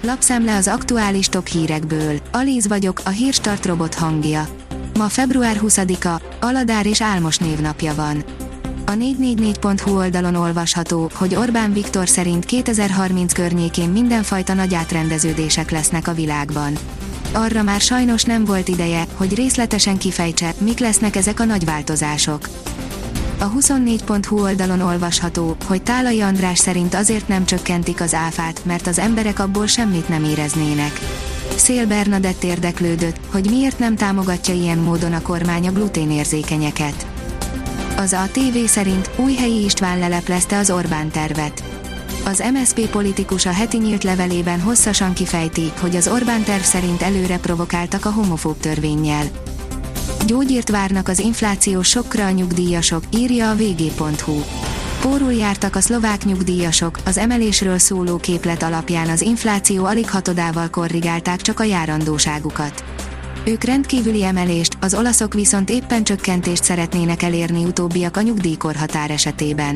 Lapszemle az aktuális top hírekből. Alíz vagyok, a Hírstart robot hangja. Ma február 20-a, Aladár és Álmos névnapja van. A 444.hu oldalon olvasható, hogy Orbán Viktor szerint 2030 környékén mindenfajta nagy átrendeződések lesznek a világban. Arra már sajnos nem volt ideje, hogy részletesen kifejtse, mik lesznek ezek a nagy változások. A 24.hu oldalon olvasható, hogy Tálai András szerint azért nem csökkentik az áfát, mert az emberek abból semmit nem éreznének. Szél Bernadett érdeklődött, hogy miért nem támogatja ilyen módon a kormány a gluténérzékenyeket. Az ATV szerint Újhelyi István leleplezte az Orbán tervet. Az MSZP politikus a heti nyílt levelében hosszasan kifejti, hogy az Orbán terv szerint előre provokáltak a homofób törvénnyel. Gyógyírt várnak az inflációs sokkra a nyugdíjasok, írja a vg.hu. Pórul jártak a szlovák nyugdíjasok, az emelésről szóló képlet alapján az infláció alig hatodával korrigálták csak a járandóságukat. Ők rendkívüli emelést, az olaszok viszont éppen csökkentést szeretnének elérni utóbbiak a nyugdíjkorhatár esetében.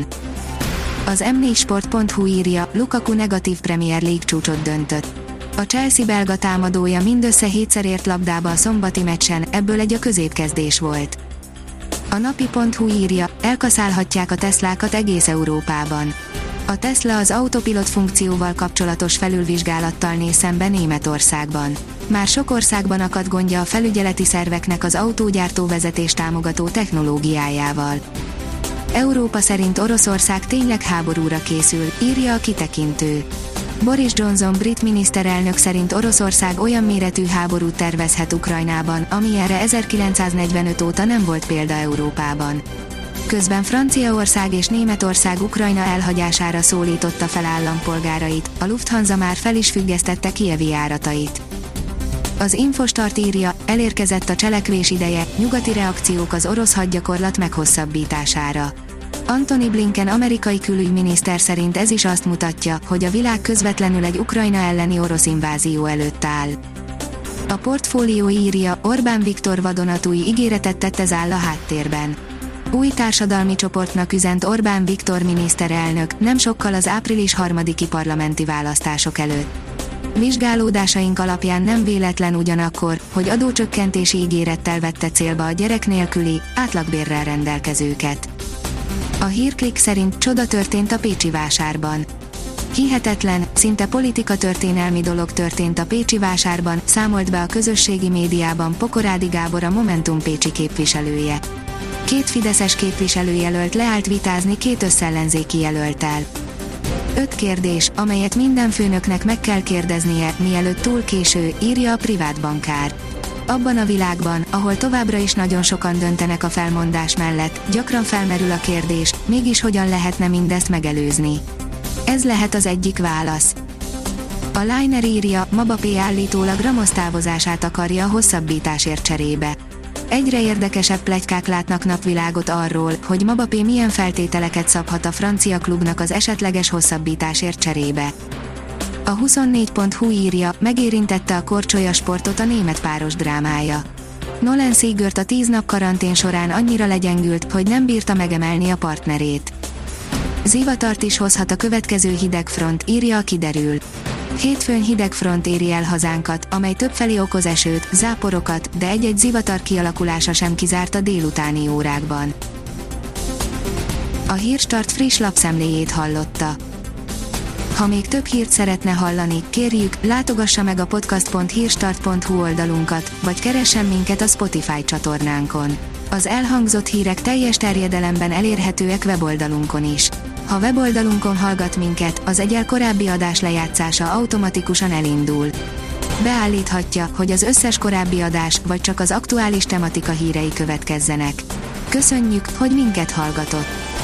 Az m4sport.hu írja, Lukaku negatív Premier League csúcsot döntött. A Chelsea belga támadója mindössze 7-szer ért labdába a szombati meccsen, ebből egy a középkezdés volt. A napi.hu írja, elkaszálhatják a Teslákat egész Európában. A Tesla az autopilot funkcióval kapcsolatos felülvizsgálattal néz szembe Németországban. Már sok országban akadt gondja a felügyeleti szerveknek az autógyártó vezetés támogató technológiájával. Európa szerint Oroszország tényleg háborúra készül, írja a kitekintő. Boris Johnson brit miniszterelnök szerint Oroszország olyan méretű háborút tervezhet Ukrajnában, amilyenre 1945 óta nem volt példa Európában. Közben Franciaország és Németország Ukrajna elhagyására szólította fel állampolgárait, a Lufthansa már fel is függesztette kijevi járatait. Az Infostart írja, elérkezett a cselekvés ideje, nyugati reakciók az orosz hadgyakorlat meghosszabbítására. Antony Blinken amerikai külügyminiszter szerint ez is azt mutatja, hogy a világ közvetlenül egy Ukrajna elleni orosz invázió előtt áll. A Portfólió írja, Orbán Viktor vadonatúj ígéretet tett, ez áll a háttérben. Új társadalmi csoportnak üzent Orbán Viktor miniszterelnök, nem sokkal az április 3-i parlamenti választások előtt. Vizsgálódásaink alapján nem véletlen ugyanakkor, hogy adócsökkentési ígérettel vette célba a gyerek nélküli, átlagbérrel rendelkezőket. A Hírklik szerint csoda történt a pécsi vásárban. Hihetetlen, szinte politikatörténelmi dolog történt a pécsi vásárban, számolt be a közösségi médiában Pokorádi Gábor, a Momentum pécsi képviselője. 2 fideszes képviselőjelölt leállt vitázni 2 összellenzéki jelölttel. 5 kérdés, amelyet minden főnöknek meg kell kérdeznie, mielőtt túl késő, írja a privát bankár. Abban a világban, ahol továbbra is nagyon sokan döntenek a felmondás mellett, gyakran felmerül a kérdés, mégis hogyan lehetne mindezt megelőzni. Ez lehet az egyik válasz. A Liner írja, Mbappé állítólag Ramos távozását akarja a hosszabbításért cserébe. Egyre érdekesebb pletykák látnak napvilágot arról, hogy Mbappé milyen feltételeket szabhat a francia klubnak az esetleges hosszabbításért cserébe. A 24.hu írja, megérintette a korcsolyasportot a német páros drámája. Nolan Siegert a 10 nap karantén során annyira legyengült, hogy nem bírta megemelni a partnerét. Zivatart is hozhat a következő hidegfront, írja a Kiderül. Hétfőn hidegfront éri el hazánkat, amely többfelé okoz esőt, záporokat, de egy-egy zivatar kialakulása sem kizárt a délutáni órákban. A Hírstart friss lapszemléjét hallotta. Ha még több hírt szeretne hallani, kérjük, látogassa meg a podcast.hírstart.hu oldalunkat, vagy keressen minket a Spotify csatornánkon. Az elhangzott hírek teljes terjedelemben elérhetőek weboldalunkon is. Ha weboldalunkon hallgat minket, az egyel korábbi adás lejátszása automatikusan elindul. Beállíthatja, hogy az összes korábbi adás, vagy csak az aktuális tematika hírei következzenek. Köszönjük, hogy minket hallgatott!